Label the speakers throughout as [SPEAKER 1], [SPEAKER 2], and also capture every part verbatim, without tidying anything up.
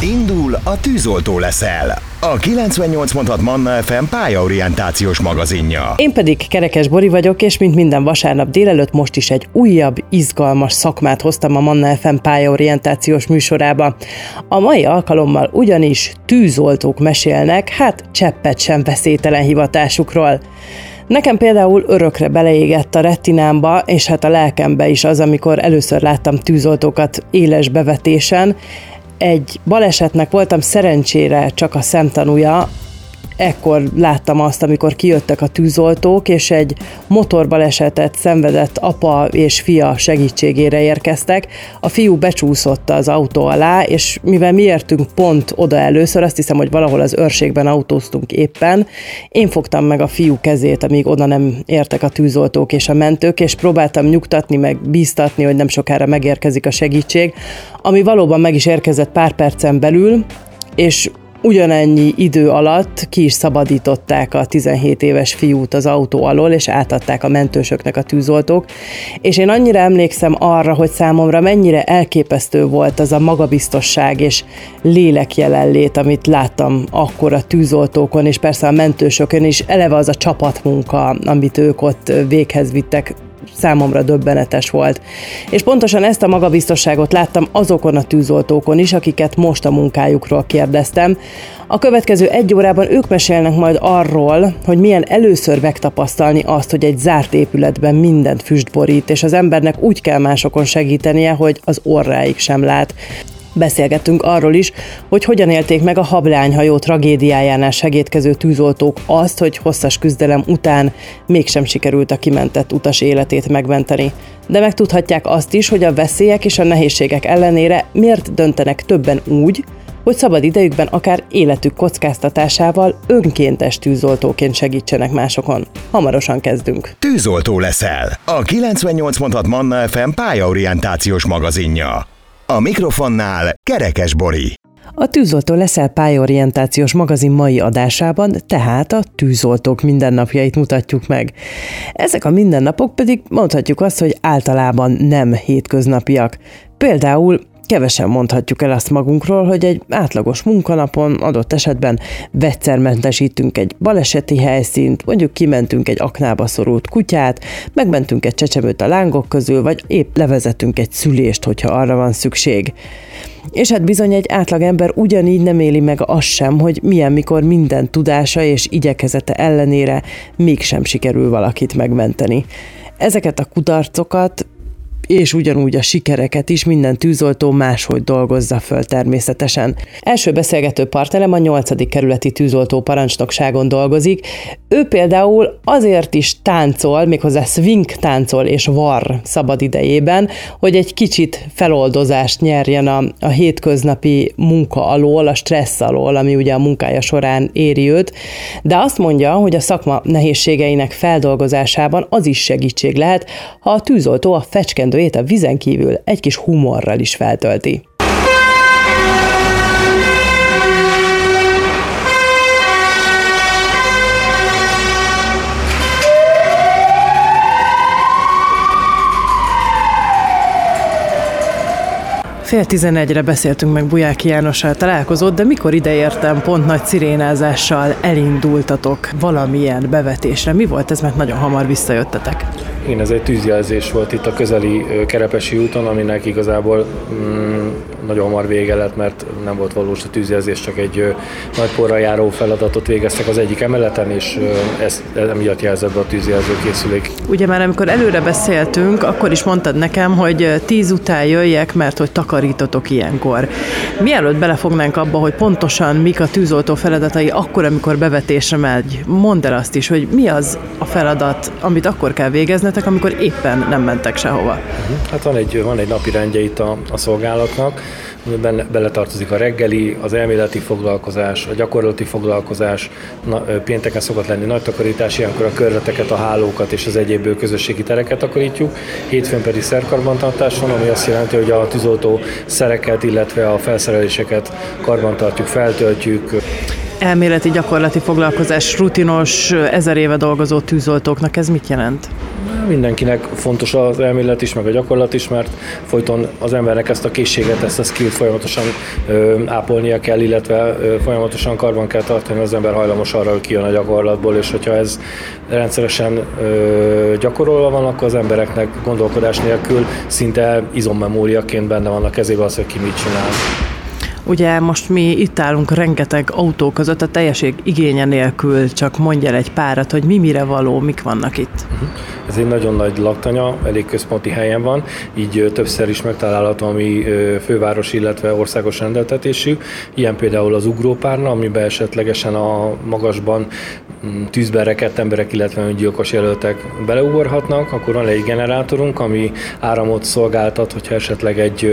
[SPEAKER 1] Indul a Tűzoltó leszel, a kilencvennyolc pont hat Manna ef em pályaorientációs magazinja.
[SPEAKER 2] Én pedig Kerekes Bori vagyok, és mint minden vasárnap délelőtt most is egy újabb, izgalmas szakmát hoztam a Manna ef em pályaorientációs műsorába. A mai alkalommal ugyanis tűzoltók mesélnek, hát cseppet sem veszélytelen hivatásukról. Nekem például örökre beleégett a retinámba, és hát a lelkembe is az, amikor először láttam tűzoltókat éles bevetésen. Egy balesetnek voltam szerencsére csak a szemtanúja, ekkor láttam azt, amikor kijöttek a tűzoltók, és egy motorbalesetet szenvedett apa és fia segítségére érkeztek. A fiú becsúszott az autó alá, és mivel mi értünk pont oda először, azt hiszem, hogy valahol az őrségben autóztunk éppen, én fogtam meg a fiú kezét, amíg oda nem értek a tűzoltók és a mentők, és próbáltam nyugtatni, meg bíztatni, hogy nem sokára megérkezik a segítség, ami valóban meg is érkezett pár percen belül, és ugyanennyi idő alatt ki is szabadították a tizenhét éves fiút az autó alól, és átadták a mentősöknek a tűzoltók. És én annyira emlékszem arra, hogy számomra mennyire elképesztő volt az a magabiztosság és lélekjelenlét, amit láttam akkor a tűzoltókon, és persze a mentősökön is, eleve az a csapatmunka, amit ők ott véghez vittek, számomra döbbenetes volt. És pontosan ezt a magabiztosságot láttam azokon a tűzoltókon is, akiket most a munkájukról kérdeztem. A következő egy órában ők mesélnek majd arról, hogy milyen először megtapasztalni azt, hogy egy zárt épületben mindent füst borít, és az embernek úgy kell másokon segítenie, hogy az orráig sem lát. Beszélgettünk arról is, hogy hogyan élték meg a Hablányhajó tragédiájánál segédkező tűzoltók azt, hogy hosszas küzdelem után mégsem sikerült a kimentett utas életét megmenteni. De megtudhatják azt is, hogy a veszélyek és a nehézségek ellenére miért döntenek többen úgy, hogy szabad idejükben akár életük kockáztatásával önkéntes tűzoltóként segítsenek másokon. Hamarosan kezdünk.
[SPEAKER 1] Tűzoltó leszel, a kilencvennyolc pont hat Manna ef em pályaorientációs magazinja. A mikrofonnál Kerekes Bori.
[SPEAKER 2] A Tűzoltó leszel pályaorientációs magazin mai adásában tehát a tűzoltók mindennapjait mutatjuk meg. Ezek a mindennapok pedig mondhatjuk azt, hogy általában nem hétköznapiak. Például kevesen mondhatjuk el azt magunkról, hogy egy átlagos munkanapon adott esetben vegyszermentesítünk egy baleseti helyszínt, mondjuk kimentünk egy aknába szorult kutyát, megmentünk egy csecsemőt a lángok közül, vagy épp levezetünk egy szülést, hogyha arra van szükség. És hát bizony egy átlagember ugyanígy nem éli meg azt sem, hogy milyen, mikor minden tudása és igyekezete ellenére mégsem sikerül valakit megmenteni. Ezeket a kudarcokat és ugyanúgy a sikereket is minden tűzoltó máshogy dolgozza föl természetesen. Első beszélgető partnerem a nyolcadik kerületi tűzoltó parancsnokságon dolgozik. Ő például azért is táncol, méghozzá swing táncol és var szabad idejében, hogy egy kicsit feloldozást nyerjen a, a hétköznapi munka alól, a stressz alól, ami ugye a munkája során éri őt, de azt mondja, hogy a szakma nehézségeinek feldolgozásában az is segítség lehet, ha a tűzoltó a fecskendő a vízen kívül egy kis humorral is feltölti. Fél tizenegyre beszéltünk meg Bujáki Jánossal találkozott, de mikor ideértem, pont nagy szirénázással elindultatok valamilyen bevetésre. Mi volt ez, mert nagyon hamar visszajöttetek?
[SPEAKER 3] Igen, ez egy tűzjelzés volt itt a közeli Kerepesi úton, aminek igazából mm, nagyon hamar vége lett, mert nem volt valós a tűzjelzés, csak egy ö, nagy porra járó feladatot végeztek az egyik emeleten, és ö, ezt emiatt jelzett be a tűzjelzőkészülék.
[SPEAKER 2] Ugye már amikor előre beszéltünk, akkor is mondtad nekem, hogy tíz után jöjjek, mert hogy takarítotok ilyenkor. Mielőtt belefognánk abba, hogy pontosan mik a tűzoltó feladatai akkor, amikor bevetésre megy, mondd el azt is, hogy mi az a feladat, amit akkor kell végeznetek, amikor éppen nem mentek sehova.
[SPEAKER 3] Hát van egy, van egy napi rendje itt a, a szolgálatnak, benne beletartozik a reggeli, az elméleti foglalkozás, a gyakorlati foglalkozás, na, pénteken szokott lenni nagy takarítás, ilyenkor a körleteket, a hálókat és az egyéb közösségi tereket takarítjuk, hétfőn pedig szerkarbantartás van, ami azt jelenti, hogy a tűzoltó szereket, illetve a felszereléseket karbantartjuk, feltöltjük.
[SPEAKER 2] Elméleti gyakorlati foglalkozás, rutinos, ezer éve dolgozó tűzoltóknak ez mit jelent?
[SPEAKER 3] Mindenkinek fontos az elmélet is, meg a gyakorlat is, mert folyton az embernek ezt a készséget, ezt a skillt folyamatosan ö, ápolnia kell, illetve ö, folyamatosan karban kell tartani, az ember hajlamos arra, hogy kijön a gyakorlatból, és hogyha ez rendszeresen ö, gyakorolva van, akkor az embereknek gondolkodás nélkül szinte izommemóriaként benne van a kezében az, hogy ki mit csinál.
[SPEAKER 2] Ugye most mi itt állunk rengeteg autó között, a teljesség igénye nélkül, csak mondj el egy párat, hogy mi mire való, mik vannak itt.
[SPEAKER 3] Ez egy nagyon nagy laktanya, elég központi helyen van, így többször is megtalálható a mi főváros, illetve országos rendeltetésű. Ilyen például az ugrópárna, amiben esetlegesen a magasban tűzben rekedt emberek, illetve öngyilkos jelöltek beleugorhatnak. Akkor van egy generátorunk, ami áramot szolgáltat, hogyha esetleg egy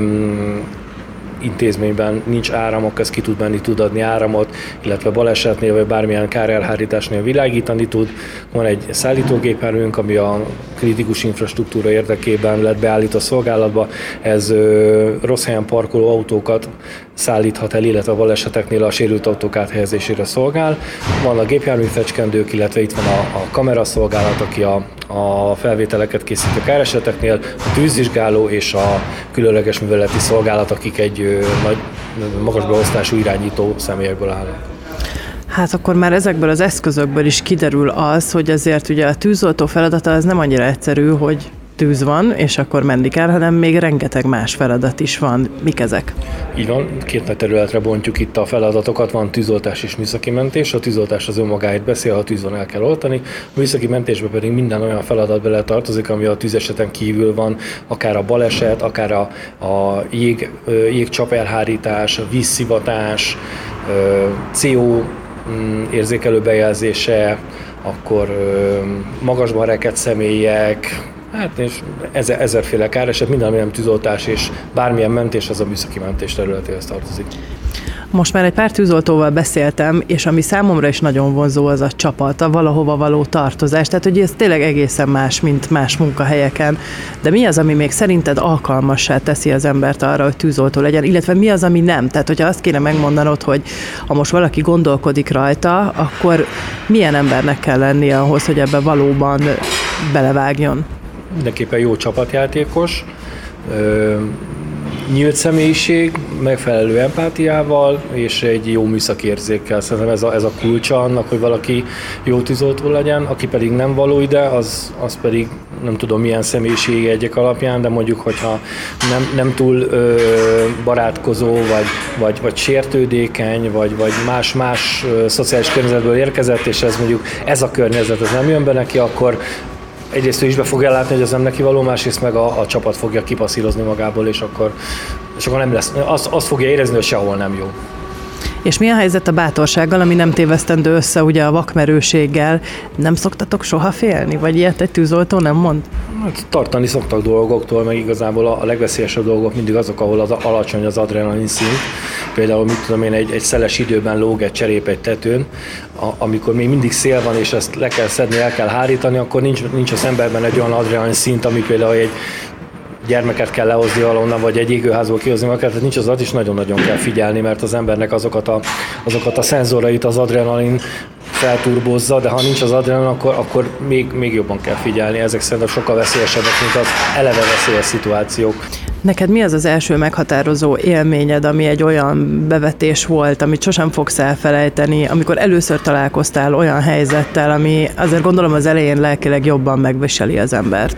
[SPEAKER 3] intézményben nincs áram, akkor ez ki tud menni, tud adni áramot, illetve balesetnél vagy bármilyen kárelhárításnél világítani tud. Van egy szállítógépjárműnk, ami a kritikus infrastruktúra érdekében lett beállítva szolgálatba. Ez ö, rossz helyen parkoló autókat szállíthat el, illetve a baleseteknél a sérült autók áthelyezésére szolgál. Van a gépjárműfecskendők, illetve itt van a, a kameraszolgálat, aki a, a felvételeket készít a káreseteknél, a tűzvizsgáló és a különleges műveleti szolgálat, akik egy ö, nagy, magas beosztású irányító személyekből állnak.
[SPEAKER 2] Hát akkor már ezekből az eszközökből is kiderül az, hogy azért ugye a tűzoltó feladata az nem annyira egyszerű, hogy tűz van, és akkor menni kell, hanem még rengeteg más feladat is van. Mik ezek?
[SPEAKER 3] Így van, két nagy területre bontjuk itt a feladatokat, van tűzoltás és műszaki mentés. A tűzoltás az önmagáért beszél, ha tűz van, el kell oltani. A műszaki mentésbe pedig minden olyan feladat bele tartozik, ami a tűzeseten kívül van, akár a baleset, akár a, a jég, jégcsap elhárítás, a vízszivatás, cé o érzékelő bejelzése, akkor magasban rekedt személyek, hát és ezer, ezerféle káreset, minden, ami nem tűzoltás és bármilyen mentés, az a műszaki mentés területéhez tartozik.
[SPEAKER 2] Most már egy pár tűzoltóval beszéltem, és ami számomra is nagyon vonzó, az a csapat, a valahova való tartozás. Tehát, hogy ez tényleg egészen más, mint más munkahelyeken. De mi az, ami még szerinted alkalmassá teszi az embert arra, hogy tűzoltó legyen, illetve mi az, ami nem? Tehát, hogyha azt kéne megmondanod, hogy ha most valaki gondolkodik rajta, akkor milyen embernek kell lennie ahhoz, hogy ebbe valóban belevágjon?
[SPEAKER 3] Mindenképpen jó csapatjátékos, nyílt személyiség, megfelelő empátiával és egy jó műszaki érzékkel. Szerintem ez a, ez a kulcsa annak, hogy valaki jó tűzoltó legyen, aki pedig nem való ide, az, az pedig nem tudom milyen személyiségjegyek alapján, de mondjuk, hogyha nem, nem túl ö, barátkozó, vagy, vagy, vagy sértődékeny, vagy, vagy más-más ö, szociális környezetből érkezett, és ez mondjuk ez a környezet, ez nem jön be neki, akkor egyrészt ő is be fogja látni, hogy az nem neki való, másrészt meg a, a csapat fogja kipasszírozni magából, és akkor, és akkor nem lesz, azt, azt fogja érezni, hogy sehol nem jó.
[SPEAKER 2] És mi a helyzet a bátorsággal, ami nem tévesztendő össze ugye a vakmerőséggel? Nem szoktatok soha félni? Vagy ilyet egy tűzoltó nem mond?
[SPEAKER 3] Hát, tartani szoktak dolgoktól, meg igazából a, a legveszélyesebb dolgok mindig azok, ahol az alacsony az adrenalin szint. Például, mit tudom én, egy, egy szeles időben lóg egy cserép egy tetőn, a, amikor még mindig szél van, és ezt le kell szedni, el kell hárítani, akkor nincs, nincs az emberben egy olyan adrenalin szint, ami például egy gyermeket kell lehozni valahonnan, vagy egy égőházból kihozni magát, tehát nincs az adat, is nagyon-nagyon kell figyelni, mert az embernek azokat a, azokat a szenzorait az adrenalin felturbozza, de ha nincs az adrenalin, akkor, akkor még, még jobban kell figyelni. Ezek szerintem sokkal veszélyesebbek, mint az eleve veszélyes szituációk.
[SPEAKER 2] Neked mi az az első meghatározó élményed, ami egy olyan bevetés volt, amit sosem fogsz elfelejteni, amikor először találkoztál olyan helyzettel, ami azért gondolom az elején lelkileg jobban megviseli az embert?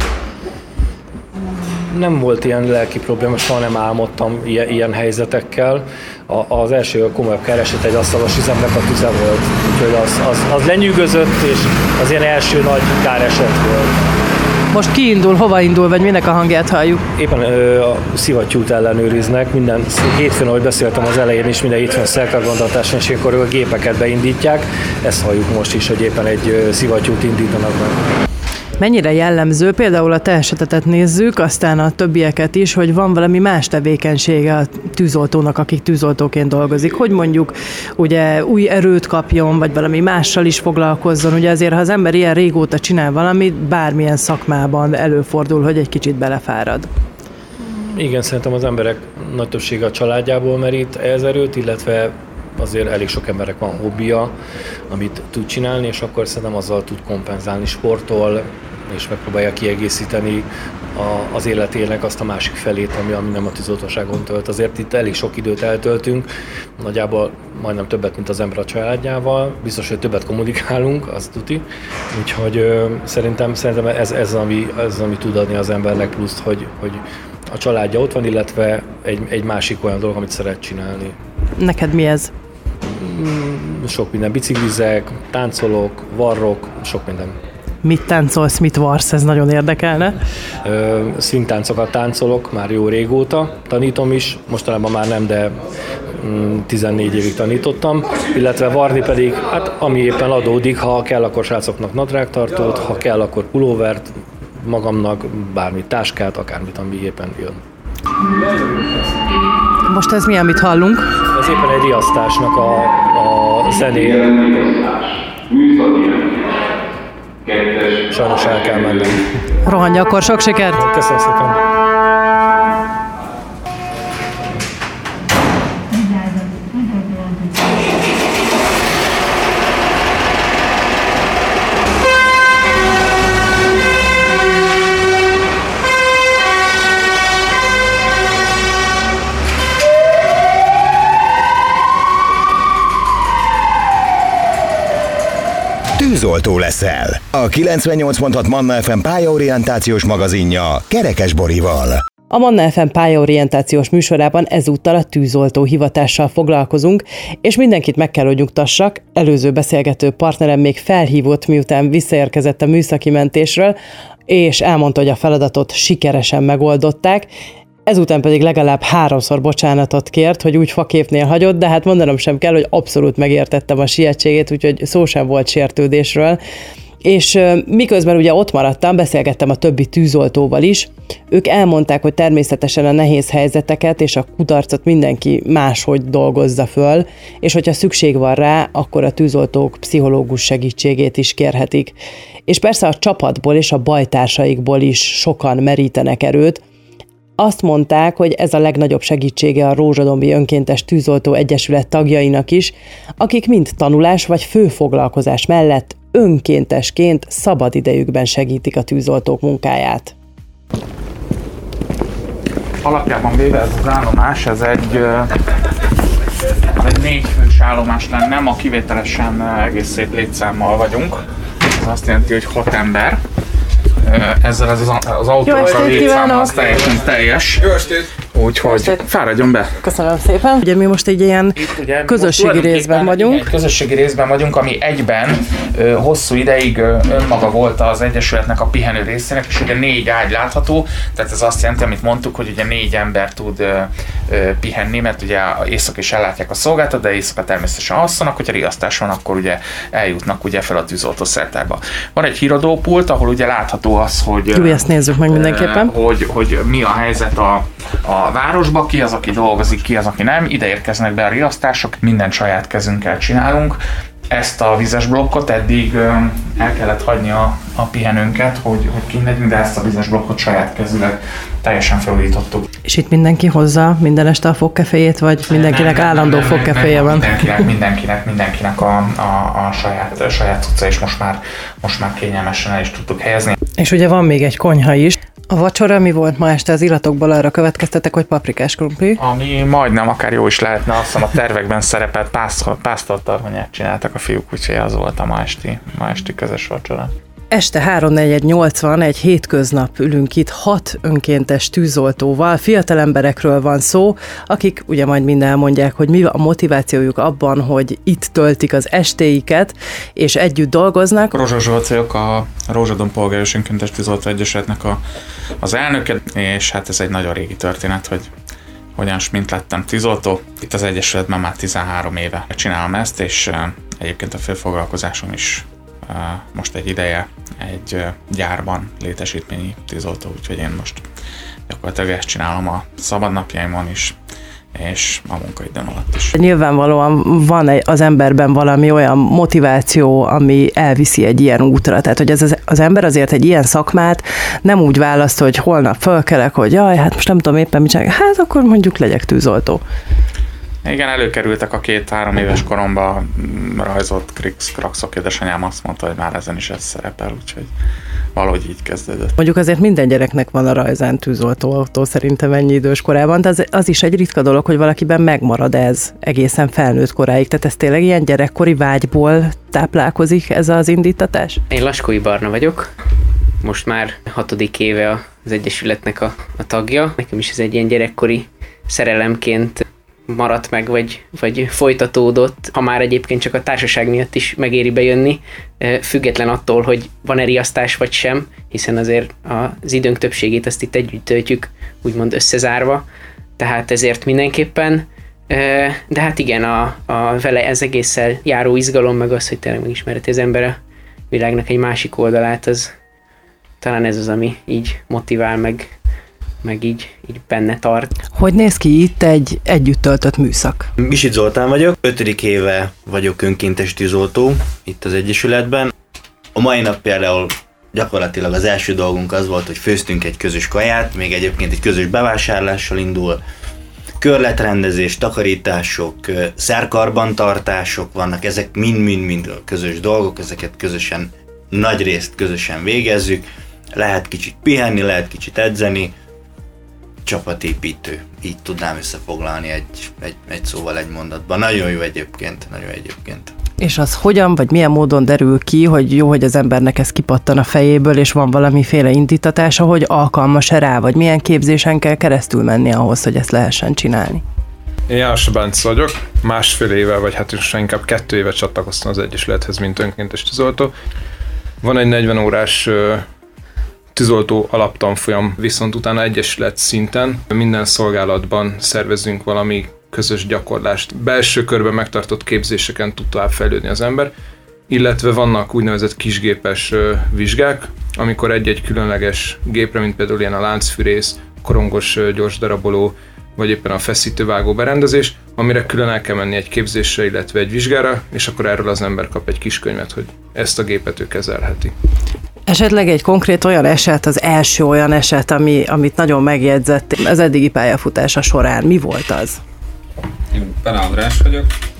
[SPEAKER 3] Nem volt ilyen lelki probléma, soha nem álmodtam ilyen, ilyen helyzetekkel. A, az első komolyabb kereset egy asztalos üzemnek a tüze volt, úgyhogy az, az, az lenyűgözött, és az ilyen első nagy káreset volt.
[SPEAKER 2] Most ki indul, hova indul, vagy minek a hangját halljuk?
[SPEAKER 3] Éppen ö, a szivattyút ellenőriznek, minden hétfőn, ahogy beszéltem az elején is, minden hétfőn szerkarbantartáson, és akkor a gépeket beindítják. Ezt halljuk most is, hogy éppen egy ö, szivattyút indítanak meg.
[SPEAKER 2] Mennyire jellemző, például a te esetetet nézzük, aztán a többieket is, hogy van valami más tevékenysége a tűzoltónak, akik tűzoltóként dolgozik, hogy mondjuk ugye új erőt kapjon, vagy valami mással is foglalkozzon. Ugye azért, ha az ember ilyen régóta csinál valamit, bármilyen szakmában előfordul, hogy egy kicsit belefárad.
[SPEAKER 3] Igen, szerintem az emberek nagy többsége a családjából merít ez erőt, illetve azért elég sok emberek van hobbija, amit tud csinálni, és akkor szerintem azzal tud kompenzálni, sportol, és megpróbálja kiegészíteni a, az életének azt a másik felét, ami, ami nem a tűzoltóságon tölt. Azért itt elég sok időt eltöltünk, nagyjából majdnem többet, mint az ember a családjával, biztos, hogy többet kommunikálunk, azt tuti, úgyhogy ö, szerintem, szerintem ez, ez, ami, ez, ami tud adni az embernek pluszt, hogy, hogy a családja ott van, illetve egy, egy másik olyan dolog, amit szeret csinálni.
[SPEAKER 2] Neked mi ez?
[SPEAKER 3] Sok minden, biciklizek, táncolok, varrok, sok minden.
[SPEAKER 2] Mit táncolsz, mit varsz, ez nagyon érdekelne.
[SPEAKER 3] Swing táncokat táncolok már jó régóta, tanítom is, mostanában már nem, de tizennégy évig tanítottam, illetve varni pedig, hát ami éppen adódik, ha kell, akkor srácoknak nadrágtartót, ha kell, akkor pulóvert, magamnak bármit, táskát, akármit, ami éppen jön.
[SPEAKER 2] Most ez mi, amit hallunk?
[SPEAKER 3] Ez éppen egy riasztásnak a, a zenéje. Sajnos el kell mennem.
[SPEAKER 2] Rohanj, akkor sok sikert!
[SPEAKER 3] Köszönöm szépen!
[SPEAKER 1] Tűzoltó leszel. A kilencvennyolc pont hat Manna ef em pályaorientációs magazinja Kerekes Borival.
[SPEAKER 2] A Manna ef em pályaorientációs műsorában ezúttal a tűzoltó hivatással foglalkozunk, és mindenkit meg kell, hogy nyugtassak, előző beszélgető partnerem még felhívott, miután visszaérkezett a műszaki mentésről, és elmondta, hogy a feladatot sikeresen megoldották, ezután pedig legalább háromszor bocsánatot kért, hogy úgy faképnél hagyott, de hát mondanom sem kell, hogy abszolút megértettem a sietségét, úgyhogy szó sem volt sértődésről. És miközben ugye ott maradtam, beszélgettem a többi tűzoltóval is, ők elmondták, hogy természetesen a nehéz helyzeteket és a kudarcot mindenki máshogy dolgozza föl, és hogyha szükség van rá, akkor a tűzoltók pszichológus segítségét is kérhetik. És persze a csapatból és a bajtársaikból is sokan merítenek erőt. Azt mondták, hogy ez a legnagyobb segítsége a Rózsadombi Önkéntes Tűzoltó Egyesület tagjainak is, akik mind tanulás vagy főfoglalkozás mellett önkéntesként szabadidejükben segítik a tűzoltók munkáját.
[SPEAKER 4] Alapjában véve ez az állomás, ez egy, egy négy fős állomás lenne, ma kivételesen egész szép létszámmal vagyunk. Ez azt jelenti, hogy hat ember. Ezzel ez az, az autónak a létszám az teljesen teljes. Jó estét! Úgyhogy fáradjon be!
[SPEAKER 2] Köszönöm szépen! Ugye mi most egy ilyen ugye közösségi részben vagyunk.
[SPEAKER 4] Egy közösségi részben vagyunk, ami egyben ö, hosszú ideig ö, önmaga volt az Egyesületnek a pihenő részének, és ugye négy ágy látható, tehát ez azt jelenti, amit mondtuk, hogy ugye négy ember tud ö, ö, pihenni, mert ugye éjszaka is ellátják a szolgáltat, de éjszaka természetesen alszanak, hogyha riasztás van, akkor ugye eljutnak ugye fel a tűzoltószertárba. Van egy híradópult, ahol ugye látható az, hogy,
[SPEAKER 2] Jó, ezt nézzük meg mindenképpen.
[SPEAKER 4] Hogy, hogy mi a helyzet a, a városba, ki az, aki dolgozik, ki az, aki nem. Ide érkeznek be a riasztások, mindent saját kezünkkel csinálunk. Ezt a vizes blokkot eddig el kellett hagyni a, a pihenőnket, hogy, hogy kimegyünk, de ezt a vizes blokkot saját kezüleg teljesen felújítottuk.
[SPEAKER 2] És itt mindenki hozza minden este a fogkeféjét, vagy mindenkinek nem, állandó nem, nem, fogkeféje van?
[SPEAKER 4] Mindenkinek, mindenkinek, mindenkinek a, a, a saját, a saját cucca, és most már, most már kényelmesen el is tudtuk helyezni.
[SPEAKER 2] És ugye van még egy konyha is. A vacsora mi volt ma este? Az illatokból arra következtetek, hogy paprikás krumpli?
[SPEAKER 4] Ami majdnem akár jó is lehetne, azt hiszem a tervekben szerepelt pásztortarhonyát csináltak a fiúk, úgyhogy az volt a ma esti, ma esti közös vacsora.
[SPEAKER 2] Este három negyven nyolcvan egy hétköznap ülünk itt hat önkéntes tűzoltóval, fiatal emberekről van szó, akik ugye majd mind elmondják, hogy mi a motivációjuk abban, hogy itt töltik az estéiket, és együtt dolgoznak.
[SPEAKER 4] Rózsa Zsolt vagyok, a Rózsadon Polgáros Önkéntes Tűzoltó Egyesületnek a, az elnöke, és hát ez egy nagyon régi történet, hogy hogyan s mint lettem tűzoltó. Itt az Egyesületben már tizenhárom éve csinálom ezt, és egyébként a főfoglalkozásom is most egy ideje egy gyárban létesítményi tűzoltó, úgyhogy én most gyakorlatilag ezt csinálom a szabadnapjaimon is, és a munkaidőn alatt is.
[SPEAKER 2] Nyilvánvalóan van az emberben valami olyan motiváció, ami elviszi egy ilyen útra. Tehát, hogy ez az ember azért egy ilyen szakmát nem úgy választ, hogy holnap fölkelek, hogy jaj, hát most nem tudom éppen mit csinálni, hát akkor mondjuk legyek tűzoltó.
[SPEAKER 4] Igen, előkerültek a két-három éves koromban rajzolt Krix Kraxok, édesanyám azt mondta, hogy már ezen is ez szerepel, úgyhogy, valahogy így kezdődött.
[SPEAKER 2] Mondjuk azért minden gyereknek van a rajzán tűzoltóautó szerintem ennyi idős korában, de az, az is egy ritka dolog, hogy valakiben megmarad ez egészen felnőtt koráig. Tehát ez tényleg ilyen gyerekkori vágyból táplálkozik ez az indítatás?
[SPEAKER 5] Én Laskói Barna vagyok, most már hatodik éve az Egyesületnek a, a tagja. Nekem is ez egy ilyen gyerekkori szerelemként maradt meg, vagy, vagy folytatódott, ha már egyébként csak a társaság miatt is megéri bejönni, független attól, hogy van-e riasztás vagy sem, hiszen azért az időnk többségét azt itt együtt töltjük, úgymond összezárva, tehát ezért mindenképpen, de hát igen, a, a vele ez egésszel járó izgalom, meg az, hogy tényleg megismerheti az ember a világnak egy másik oldalát, az talán ez az, ami így motivál, meg meg így, így benne tart.
[SPEAKER 2] Hogy néz ki itt egy együtt töltött műszak?
[SPEAKER 6] Misit Zoltán vagyok, ötödik éve vagyok önkéntes tűzoltó itt az Egyesületben. A mai nap például gyakorlatilag az első dolgunk az volt, hogy főztünk egy közös kaját, még egyébként egy közös bevásárlással indul. Körletrendezés, takarítások, szerkarbantartások vannak, ezek mind-mind-mind közös dolgok, ezeket közösen, nagy részt közösen végezzük. Lehet kicsit pihenni, lehet kicsit edzeni, csapatépítő. Így tudnám összefoglalni egy, egy, egy szóval, egy mondatban. Nagyon jó egyébként, nagyon egyébként.
[SPEAKER 2] És az hogyan, vagy milyen módon derül ki, hogy jó, hogy az embernek ez kipattan a fejéből, és van valamiféle indítatása, hogy alkalmas-e rá, vagy milyen képzésen kell keresztül menni ahhoz, hogy ezt lehessen csinálni?
[SPEAKER 7] Én János Bence vagyok, másfél éve, vagy hát is inkább kettő éve csatlakoztam az Egyesülethez, mint önkéntes tűzoltó. Van egy negyven órás tűzoltó alaptanfolyam, viszont utána egyesület szinten minden szolgálatban szervezünk valami közös gyakorlást. Belső körben megtartott képzéseken tud tovább fejlődni az ember, illetve vannak úgynevezett kisgépes vizsgák, amikor egy-egy különleges gépre, mint például ilyen a láncfűrész, korongos gyors daraboló, vagy éppen a feszítővágó berendezés, amire külön el kell menni egy képzésre, illetve egy vizsgára, és akkor erről az ember kap egy kis könyvet, hogy ezt a gépet ő kezelheti. Esetleg egy konkrét olyan eset, az első olyan eset, ami, amit nagyon megjegyzett az eddigi pályafutása során. Mi volt az?
[SPEAKER 8] Én Pene András vagyok.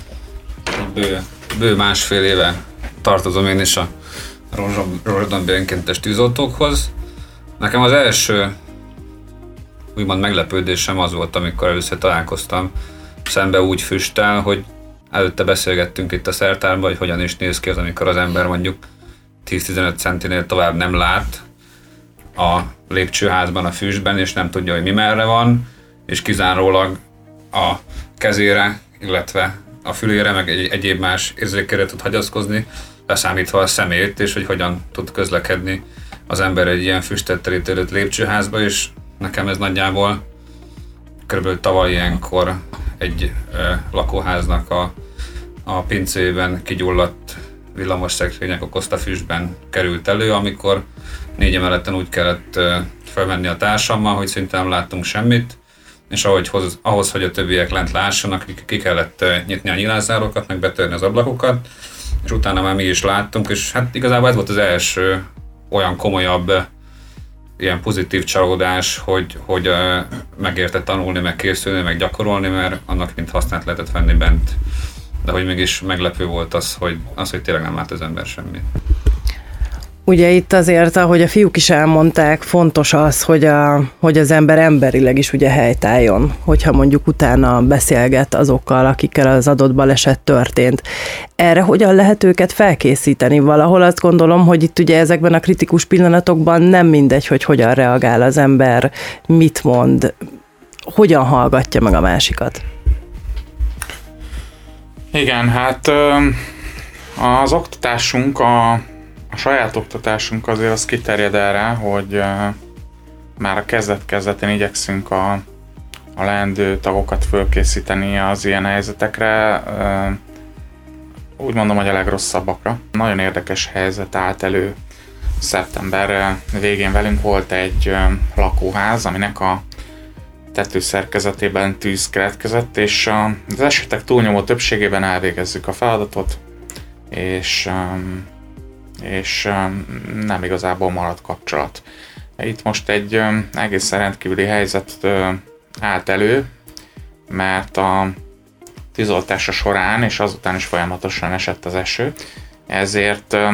[SPEAKER 8] Bő, bő másfél éve tartozom én is a Rózsadombi önkéntes tűzoltókhoz. Nekem az első úgymond meglepődésem az volt, amikor először találkoztam szembe úgy füsttel, hogy előtte beszélgettünk itt a szertárban, hogy hogyan is néz ki az, amikor az ember mondjuk tíz-tizenöt centinél tovább nem lát a lépcsőházban, a füstben, és nem tudja, hogy mi merre van, és kizárólag a kezére, illetve a fülére, meg egy, egyéb más érzékére tud hagyaszkozni, leszámítva a szemét, és hogy hogyan tud közlekedni az ember egy ilyen füstet terítődött lépcsőházba, és nekem ez nagyjából körülbelül tavaly ilyenkor egy ö, lakóháznak a, a pincében kigyulladt villamos szekrények okozta füstben került elő, amikor négy emeleten úgy kellett ö, felmenni a társammal, hogy szinte nem láttunk semmit, és ahogy hoz, ahhoz, hogy a többiek lent lássanak, ki kellett ö, nyitni a nyilászárokat, meg betörni az ablakokat, és utána már mi is láttunk, és hát igazából ez volt az első olyan komolyabb ilyen pozitív csalódás, hogy, hogy uh, megérte tanulni, meg készülni, meg gyakorolni, mert annak mint hasznát lehetett venni bent. De hogy mégis meglepő volt az, hogy, az, hogy tényleg nem lát az ember semmit.
[SPEAKER 2] Ugye itt azért, ahogy a fiúk is elmondták, fontos az, hogy, a, hogy az ember emberileg is ugye helytálljon, hogyha mondjuk utána beszélget azokkal, akikkel az adott baleset történt. Erre hogyan lehet őket felkészíteni? Valahol azt gondolom, hogy itt ugye ezekben a kritikus pillanatokban nem mindegy, hogy hogyan reagál az ember, mit mond, hogyan hallgatja meg a másikat.
[SPEAKER 4] Igen, hát az oktatásunk, a, a saját oktatásunk azért az kiterjed erre, hogy már a kezdet-kezdetén igyekszünk a, a leendő tagokat fölkészíteni az ilyen helyzetekre, úgy mondom, hogy a legrosszabbakra. Nagyon érdekes helyzet állt elő szeptember végén velünk. Volt egy lakóház, aminek a tetőszerkezetében tűz keletkezett, és az esetek túlnyomó többségében elvégezzük a feladatot, és, és nem igazából marad kapcsolat. Itt most egy egészen rendkívüli helyzet állt elő, mert a tűzoltása során és azután is folyamatosan esett az eső, ezért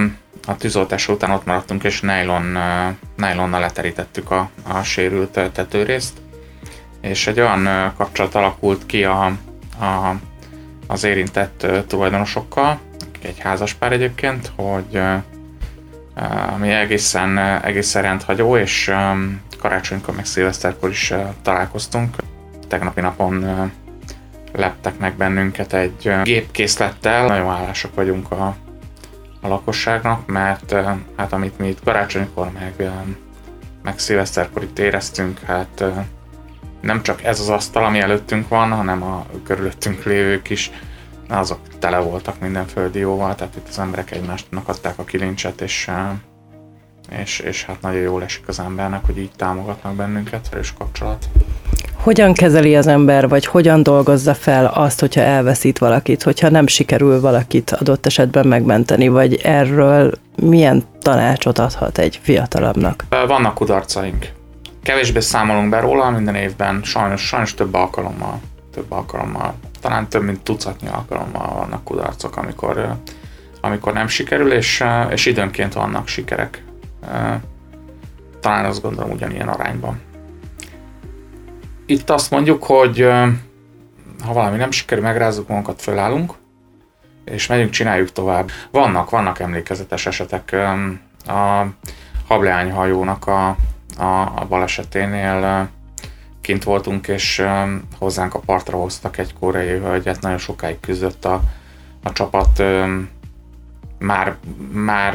[SPEAKER 4] a tűzoltás után ott maradtunk, és nylon, nylonnal leterítettük a, a sérült tetőrészt, és egy olyan kapcsolat alakult ki a, a, az érintett tulajdonosokkal, egy házaspár egyébként, hogy ami egészen, egészen rendhagyó, és karácsonykor meg szilveszterkor is találkoztunk. Tegnapi napon leptek meg bennünket egy gépkészlettel. Nagyon hálásak vagyunk a, a lakosságnak, mert hát amit mi itt karácsonykor meg, meg szilveszterkor itt éreztünk, hát nem csak ez az asztal, ami előttünk van, hanem a körülöttünk lévők is, azok tele voltak minden földi jóval, tehát itt az emberek egymásnak adták a kilincset, és, és, és hát nagyon jól esik az embernek, hogy így támogatnak bennünket, erős kapcsolat.
[SPEAKER 2] Hogyan kezeli az ember, vagy hogyan dolgozza fel azt, hogyha elveszít valakit, hogyha nem sikerül valakit adott esetben megmenteni, vagy erről milyen tanácsot adhat egy fiatalabbnak?
[SPEAKER 4] Vannak kudarcaink. Kevésbé számolunk be róla minden évben, sajnos, sajnos több alkalommal, több alkalommal, talán több mint tucatnyi alkalommal vannak kudarcok, amikor, amikor nem sikerül, és, és időnként vannak sikerek. Talán azt gondolom ugyanilyen arányban. Itt azt mondjuk, hogy ha valami nem sikerül, megrázzuk magunkat, fölállunk, és megyünk, csináljuk tovább. Vannak, vannak emlékezetes esetek. A Hableány hajónak a, a, a baleseténél kint voltunk, és hozzánk a partra hoztak egy koreai hölgyet, nagyon sokáig küzdött a, a csapat. Már, már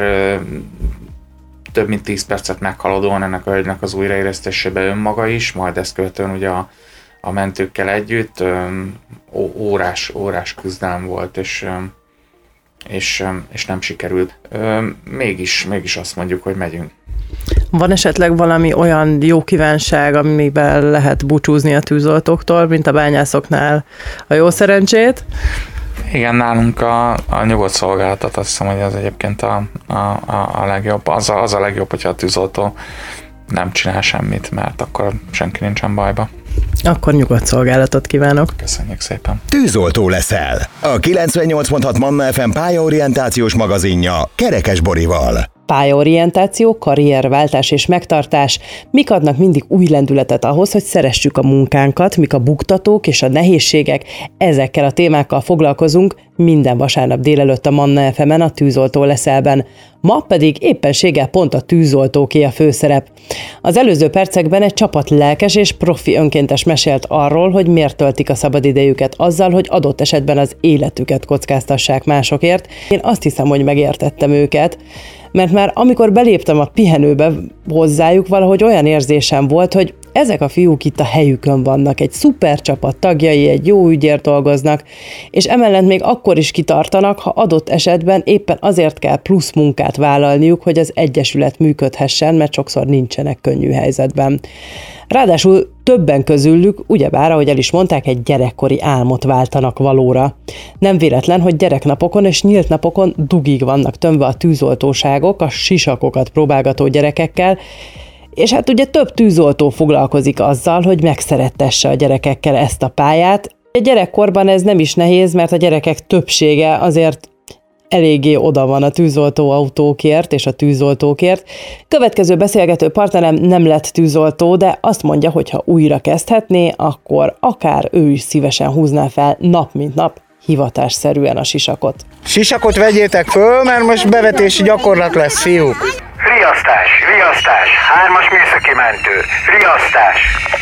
[SPEAKER 4] több mint tíz percet meghaladóan ennek a hölgynek az újraélesztésébe önmaga is, majd ezt követően ugye a, a mentőkkel együtt órás, órás küzdelem volt, és, és, és nem sikerült. Mégis, mégis azt mondjuk, hogy megyünk.
[SPEAKER 2] Van esetleg valami olyan jó kívánság, amiben lehet búcsúzni a tűzoltóktól, mint a bányászoknál a jó szerencsét?
[SPEAKER 4] Igen, nálunk a, a nyugodt szolgálatot, azt hiszem, hogy az egyébként a, a, a, a legjobb. Az a, az a legjobb, hogyha a tűzoltó nem csinál semmit, mert akkor senki nincsen bajba.
[SPEAKER 2] Akkor nyugodt szolgálatot kívánok.
[SPEAKER 4] Köszönjük szépen.
[SPEAKER 1] Tűzoltó leszel. A kilencvennyolc pont hat Manna ef em pályaorientációs magazinja Kerekes Borival.
[SPEAKER 2] Pályaorientáció, karrierváltás és megtartás, mik adnak mindig új lendületet ahhoz, hogy szeressük a munkánkat, mik a buktatók és a nehézségek, ezekkel a témákkal foglalkozunk minden vasárnap délelőtt a Manna ef emen a Tűzoltó leszelben. Ma pedig éppenséggel pont a tűzoltóké a főszerep. Az előző percekben egy csapat lelkes és profi önkéntes mesélt arról, hogy miért töltik a szabadidejüket azzal, hogy adott esetben az életüket kockáztassák másokért. Én azt hiszem, hogy megértettem őket, mert már amikor beléptem a pihenőbe hozzájuk, valahogy olyan érzésem volt, hogy ezek a fiúk itt a helyükön vannak, egy szuper csapat tagjai, egy jó ügyért dolgoznak, és emellett még akkor is kitartanak, ha adott esetben éppen azért kell plusz munkát vállalniuk, hogy az egyesület működhessen, mert sokszor nincsenek könnyű helyzetben. Ráadásul többen közülük, ugyebár, ahogy el is mondták, egy gyerekkori álmot váltanak valóra. Nem véletlen, hogy gyereknapokon és nyílt napokon dugig vannak tömve a tűzoltóságok, a sisakokat próbálgató gyerekekkel, és hát ugye több tűzoltó foglalkozik azzal, hogy megszerettesse a gyerekekkel ezt a pályát. A gyerekkorban ez nem is nehéz, mert a gyerekek többsége azért eléggé oda van a tűzoltóautókért és a tűzoltókért. Következő beszélgető partnerem nem lett tűzoltó, de azt mondja, hogy ha újra kezdhetné, akkor akár ő is szívesen húzná fel nap mint nap hivatásszerűen a sisakot.
[SPEAKER 9] Sisakot vegyétek föl, mert most bevetési gyakorlat lesz, fiúk.
[SPEAKER 10] Riasztás, riasztás, hármas műszaki mentő, riasztás.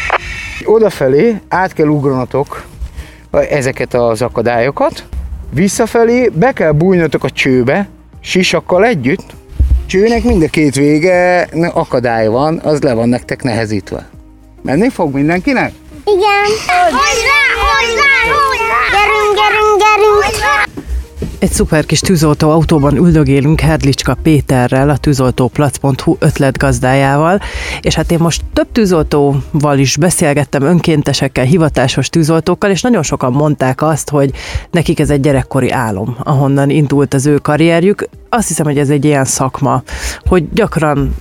[SPEAKER 9] Odafelé át kell ugranatok ezeket az akadályokat, visszafelé be kell bújnotok a csőbe, sisakkal együtt. Csőnek mind a két vége akadály van, az le van nektek nehezítve. Menni fog mindenkinek?
[SPEAKER 11] Igen. Hogy rá, hogy rá, hogy rá. Gyerünk, gyerünk, gyerünk.
[SPEAKER 2] Egy szuper kis tűzoltó autóban üldögélünk Herdlicska Péterrel, a tűzoltóplac pont hu ötletgazdájával, és hát én most több tűzoltóval is beszélgettem, önkéntesekkel, hivatásos tűzoltókkal, és nagyon sokan mondták azt, hogy nekik ez egy gyerekkori álom, ahonnan indult az ő karrierjük. Azt hiszem, hogy ez egy ilyen szakma, hogy gyakran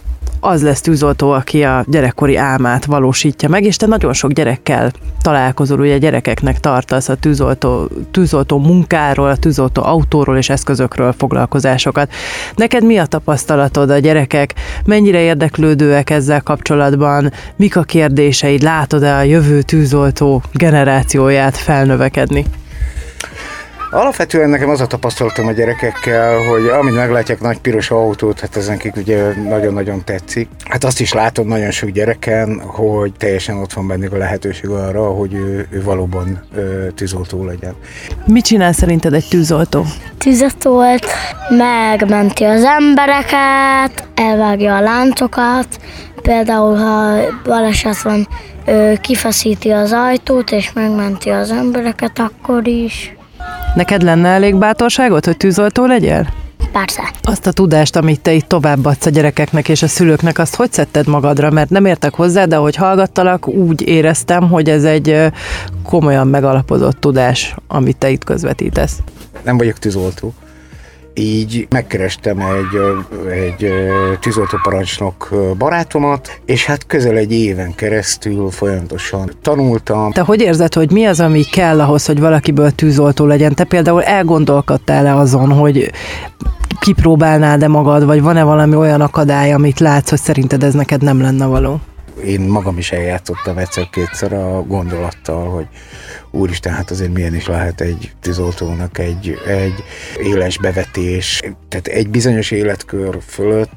[SPEAKER 2] az lesz tűzoltó, aki a gyerekkori álmát valósítja meg, és te nagyon sok gyerekkel találkozol, ugye gyerekeknek tartasz a tűzoltó, tűzoltó munkáról, a tűzoltó autóról és eszközökről foglalkozásokat. Neked mi a tapasztalatod, a gyerekek mennyire érdeklődőek ezzel kapcsolatban, mik a kérdéseid, látod-e a jövő tűzoltó generációját felnövekedni?
[SPEAKER 9] Alapvetően nekem az a tapasztalatom a gyerekekkel, hogy amint meglátják nagy piros autót, hát ez nekik ugye nagyon-nagyon tetszik. Hát azt is látod nagyon sok gyereken, hogy teljesen ott van bennük a lehetőség arra, hogy ő, ő valóban ö, tűzoltó legyen.
[SPEAKER 2] Mit csinál szerinted egy tűzoltó?
[SPEAKER 11] Tűzoltót, megmenti az embereket, elvágja a láncokat, például ha baleset van, kifeszíti az ajtót és megmenti az embereket akkor is.
[SPEAKER 2] Neked lenne elég bátorságot, hogy tűzoltó legyél?
[SPEAKER 11] Persze.
[SPEAKER 2] Azt a tudást, amit te itt továbbadsz a gyerekeknek és a szülőknek, azt hogy szedted magadra? Mert nem értek hozzá, de ahogy hallgattalak, úgy éreztem, hogy ez egy komolyan megalapozott tudás, amit te itt közvetítesz.
[SPEAKER 9] Nem vagyok tűzoltó. Így megkerestem egy, egy tűzoltóparancsnok barátomat, és hát közel egy éven keresztül folyamatosan tanultam.
[SPEAKER 2] Te hogy érzed, hogy mi az, ami kell ahhoz, hogy valakiből tűzoltó legyen? Te például elgondolkodtál-e azon, hogy kipróbálnád-e magad, vagy van-e valami olyan akadály, amit látsz, hogy szerinted ez neked nem lenne való?
[SPEAKER 9] Én magam is eljátszottam egyszer-kétszer a gondolattal, hogy úristen, hát azért milyen is lehet egy tűzoltónak egy, egy éles bevetés, tehát egy bizonyos életkör fölött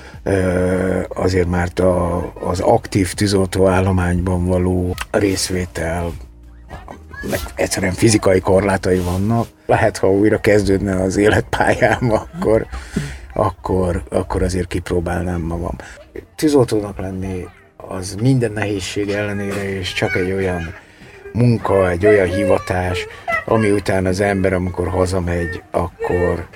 [SPEAKER 9] azért már a, az aktív tűzoltó állományban való részvétel, meg egyszerűen fizikai korlátai vannak. Lehet, ha újra kezdődne az életpályám, akkor, akkor, akkor azért kipróbálnám magam. Tűzoltónak lenni az minden nehézség ellenére, és csak egy olyan munka, egy olyan hivatás, ami után az ember, amikor hazamegy, akkor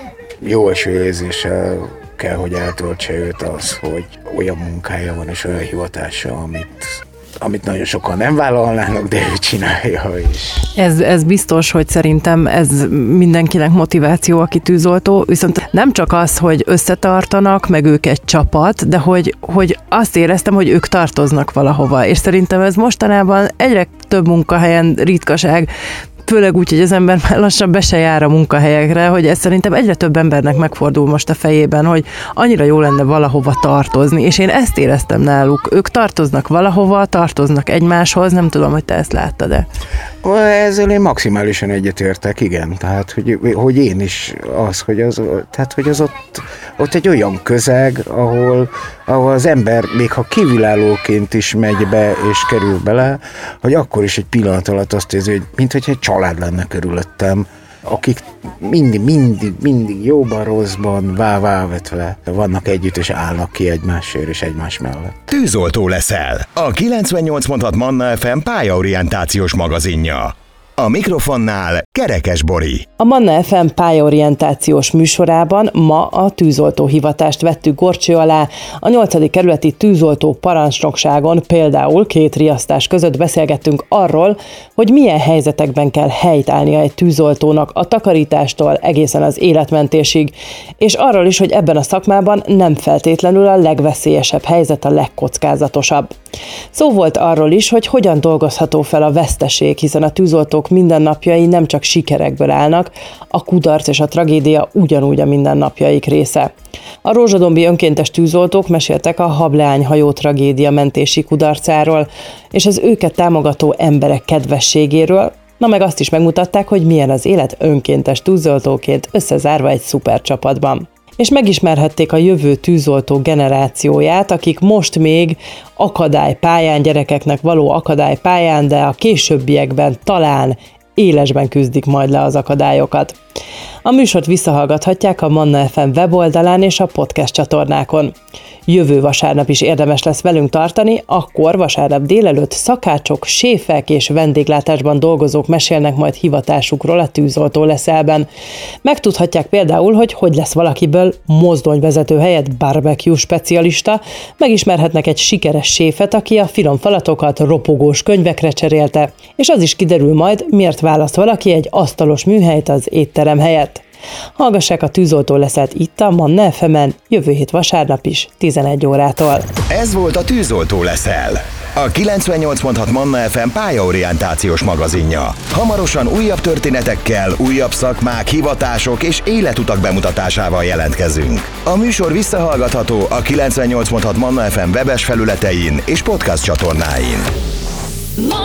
[SPEAKER 9] jó eső érzéssel kell, hogy eltöltse őt az, hogy olyan munkája van, és olyan hivatása, amit, amit nagyon sokan nem vállalnának, de ő csinálja is.
[SPEAKER 2] Ez, ez biztos, hogy szerintem ez mindenkinek motiváció, aki tűzoltó, viszont nem csak az, hogy összetartanak, meg ők egy csapat, de hogy, hogy azt éreztem, hogy ők tartoznak valahova, és szerintem ez mostanában egyre több munkahelyen ritkaság, főleg úgy, hogy az ember már lassan be se jár a munkahelyekre, hogy ez szerintem egyre több embernek megfordul most a fejében, hogy annyira jó lenne valahova tartozni, és én ezt éreztem náluk. Ők tartoznak valahova, tartoznak egymáshoz, nem tudom, hogy te ezt láttad-e.
[SPEAKER 9] Ezzel én maximálisan egyetértek, igen. Tehát, hogy, hogy én is az, hogy az, tehát, hogy az ott, ott egy olyan közeg, ahol, ahol az ember, még ha kívülállóként is megy be és kerül bele, hogy akkor is egy pillanat alatt azt érzi, hogy minthogy egy család lenne körülöttem, akik mindig, mindig, mindig jóban, rosszban, vá-vávetve vannak együtt, és állnak ki egymásért és egymás mellett.
[SPEAKER 1] Tűzoltó leszel, a kilencvennyolc pont hat Manna ef em pályaorientációs magazinja. A mikrofonnál Kerekes Bori.
[SPEAKER 2] A Manna ef em pályaorientációs műsorában ma a tűzoltó hivatást vettük górcső alá. A nyolcadik kerületi tűzoltó parancsnokságon például két riasztás között beszélgettünk arról, hogy milyen helyzetekben kell helyt állnia egy tűzoltónak a takarítástól egészen az életmentésig, és arról is, hogy ebben a szakmában nem feltétlenül a legveszélyesebb helyzet a legkockázatosabb. Szó volt arról is, hogy hogyan dolgozható fel a veszteség, hiszen a tűzoltók mindennapjai nem csak sikerekből állnak, a kudarc és a tragédia ugyanúgy a mindennapjaik része. A rózsadombi önkéntes tűzoltók meséltek a Hableány hajó tragédia mentési kudarcáról, és az őket támogató emberek kedvességéről, na meg azt is megmutatták, hogy milyen az élet önkéntes tűzoltóként összezárva egy szupercsapatban. És megismerhették a jövő tűzoltó generációját, akik most még akadálypályán, gyerekeknek való akadálypályán, de a későbbiekben talán élesben küzdik majd le az akadályokat. A műsort visszahallgathatják a Manna ef em weboldalán és a podcast csatornákon. Jövő vasárnap is érdemes lesz velünk tartani, akkor vasárnap délelőtt szakácsok, séfek és vendéglátásban dolgozók mesélnek majd hivatásukról a tűzoltó leszelben. Megtudhatják például, hogy hogy lesz valakiből mozdonyvezető helyett barbecue specialista, megismerhetnek egy sikeres séfet, aki a finom falatokat ropogós könyvekre cserélte, és az is kiderül majd, miért választ valaki egy asztalos műhelyt az étterem helyett. Hallgassák a Tűzoltó leszelt itt a Manna ef emen jövő hét vasárnap is tizenegy órától.
[SPEAKER 1] Ez volt a Tűzoltó leszel, a kilencvennyolc pont hat Manna ef em pályaorientációs magazinja. Hamarosan újabb történetekkel, újabb szakmák, hivatások és életutak bemutatásával jelentkezünk. A műsor visszahallgatható a kilencvennyolc pont hat Manna ef em webes felületein és podcast csatornáin.